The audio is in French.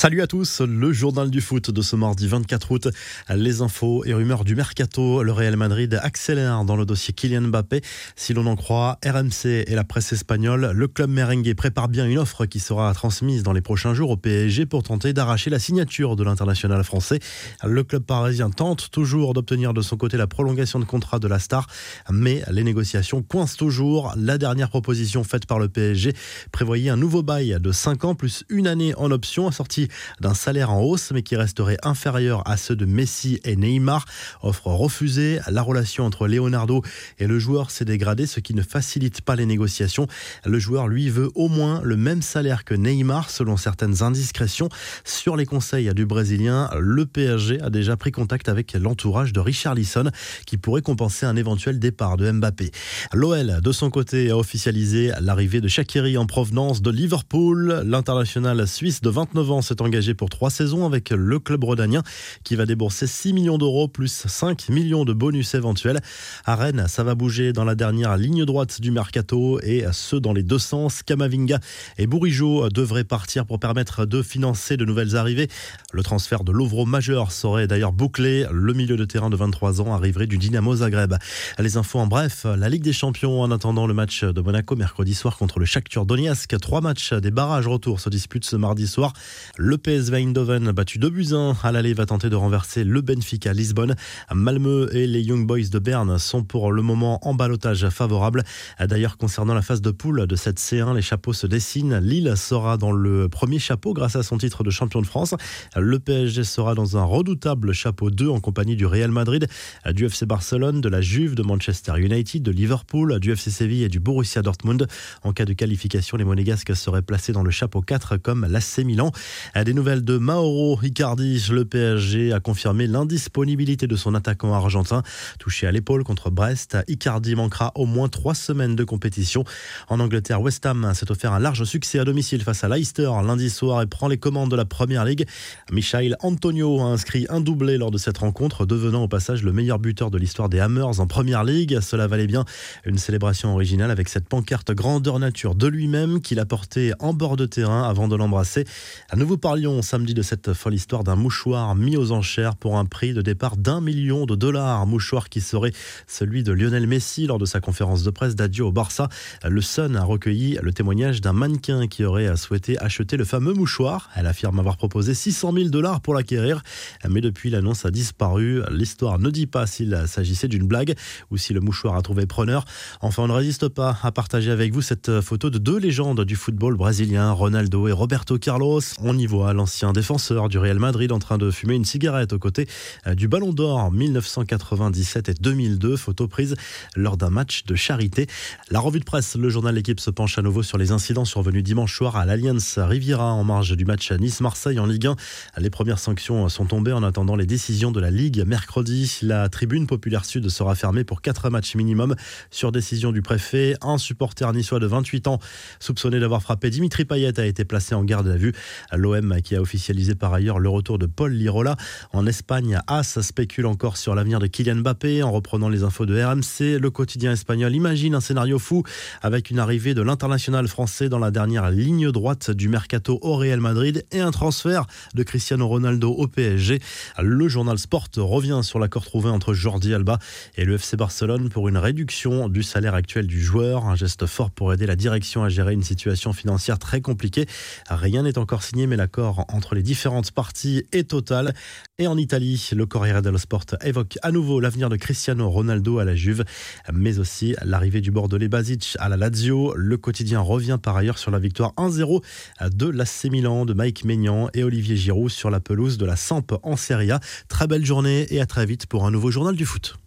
Salut à tous, le journal du foot de ce mardi 24 août. Les infos et rumeurs du mercato. Le Real Madrid accélère dans le dossier Kylian Mbappé. Si l'on en croit RMC et la presse espagnole, le club merengue prépare bien une offre qui sera transmise dans les prochains jours au PSG pour tenter d'arracher la signature de l'international français. Le club parisien tente toujours d'obtenir de son côté la prolongation de contrat de la star, mais les négociations coincent toujours. La dernière proposition faite par le PSG prévoyait un nouveau bail de 5 ans plus une année en option, assorti d'un salaire en hausse mais qui resterait inférieur à ceux de Messi et Neymar. Offre refusée, la relation entre Leonardo et le joueur s'est dégradée, ce qui ne facilite pas les négociations. Le joueur, lui, veut au moins le même salaire que Neymar, selon certaines indiscrétions. Sur les conseils du Brésilien, le PSG a déjà pris contact avec l'entourage de Richarlison qui pourrait compenser un éventuel départ de Mbappé. L'OL, de son côté, a officialisé l'arrivée de Shaqiri en provenance de Liverpool. L'international suisse de 29 ans s'est engagé pour 3 saisons avec le club rhodanien qui va débourser 6 millions d'euros plus 5 millions de bonus éventuels. À Rennes, ça va bouger dans la dernière ligne droite du mercato et ce dans les deux sens. Camavinga et Bourigeaud devraient partir pour permettre de financer de nouvelles arrivées. Le transfert de Lovro majeur serait d'ailleurs bouclé. Le milieu de terrain de 23 ans arriverait du Dynamo Zagreb. Les infos en bref, la Ligue des Champions en attendant le match de Monaco mercredi soir contre le Shakhtar Donetsk. 3 matchs des barrages retour se disputent ce mardi soir. Le PSV Eindhoven, battu 2-1 à l'aller, va tenter de renverser le Benfica Lisbonne. Malmö et les Young Boys de Berne sont pour le moment en ballottage favorable. D'ailleurs, concernant la phase de poule de cette C1, les chapeaux se dessinent. Lille sera dans le premier chapeau grâce à son titre de champion de France. Le PSG sera dans un redoutable chapeau 2 en compagnie du Real Madrid, du FC Barcelone, de la Juve, de Manchester United, de Liverpool, du FC Séville et du Borussia Dortmund. En cas de qualification, les Monégasques seraient placés dans le chapeau 4 comme l'AC Milan. Des nouvelles de Mauro Icardi. Le PSG a confirmé l'indisponibilité de son attaquant argentin. Touché à l'épaule contre Brest, Icardi manquera au moins 3 semaines de compétition. En Angleterre, West Ham s'est offert un large succès à domicile face à Leicester lundi soir et prend les commandes de la Première Ligue. Michail Antonio a inscrit un doublé lors de cette rencontre, devenant au passage le meilleur buteur de l'histoire des Hammers en Première Ligue. Cela valait bien une célébration originale avec cette pancarte grandeur nature de lui-même qu'il a portée en bord de terrain avant de l'embrasser. Nous vous parlions samedi de cette folle histoire d'un mouchoir mis aux enchères pour un prix de départ d'$1 million. Mouchoir qui serait celui de Lionel Messi lors de sa conférence de presse d'adieu au Barça. Le Sun a recueilli le témoignage d'un mannequin qui aurait souhaité acheter le fameux mouchoir. Elle affirme avoir proposé $600 000 pour l'acquérir. Mais depuis, l'annonce a disparu. L'histoire ne dit pas s'il s'agissait d'une blague ou si le mouchoir a trouvé preneur. Enfin, on ne résiste pas à partager avec vous cette photo de 2 légendes du football brésilien, Ronaldo et Roberto Carlos. On y voit l'ancien défenseur du Real Madrid en train de fumer une cigarette aux côtés du Ballon d'Or 1997 et 2002, photo prise lors d'un match de charité. La revue de presse, le journal L'Équipe se penche à nouveau sur les incidents survenus dimanche soir à l'Allianz Riviera en marge du match Nice-Marseille en Ligue 1. Les premières sanctions sont tombées en attendant les décisions de la Ligue mercredi. La tribune Populaire Sud sera fermée pour 4 matchs minimum sur décision du préfet. Un supporter niçois de 28 ans soupçonné d'avoir frappé Dimitri Payet a été placé en garde à vue. L'OM qui a officialisé par ailleurs le retour de Paul Lirola. En Espagne, AS spécule encore sur l'avenir de Kylian Mbappé. En reprenant les infos de RMC, le quotidien espagnol imagine un scénario fou avec une arrivée de l'international français dans la dernière ligne droite du mercato au Real Madrid et un transfert de Cristiano Ronaldo au PSG. Le journal Sport revient sur l'accord trouvé entre Jordi Alba et le FC Barcelone pour une réduction du salaire actuel du joueur. Un geste fort pour aider la direction à gérer une situation financière très compliquée. Rien n'est encore signé, mais l'accord entre les différentes parties est total. Et en Italie, le Corriere dello Sport évoque à nouveau l'avenir de Cristiano Ronaldo à la Juve, mais aussi l'arrivée du Bordelais Basic à la Lazio. Le quotidien revient par ailleurs sur la victoire 1-0 de l'AC Milan de Mike Maignan et Olivier Giroud sur la pelouse de la Samp en Serie A. Très belle journée et à très vite pour un nouveau journal du foot.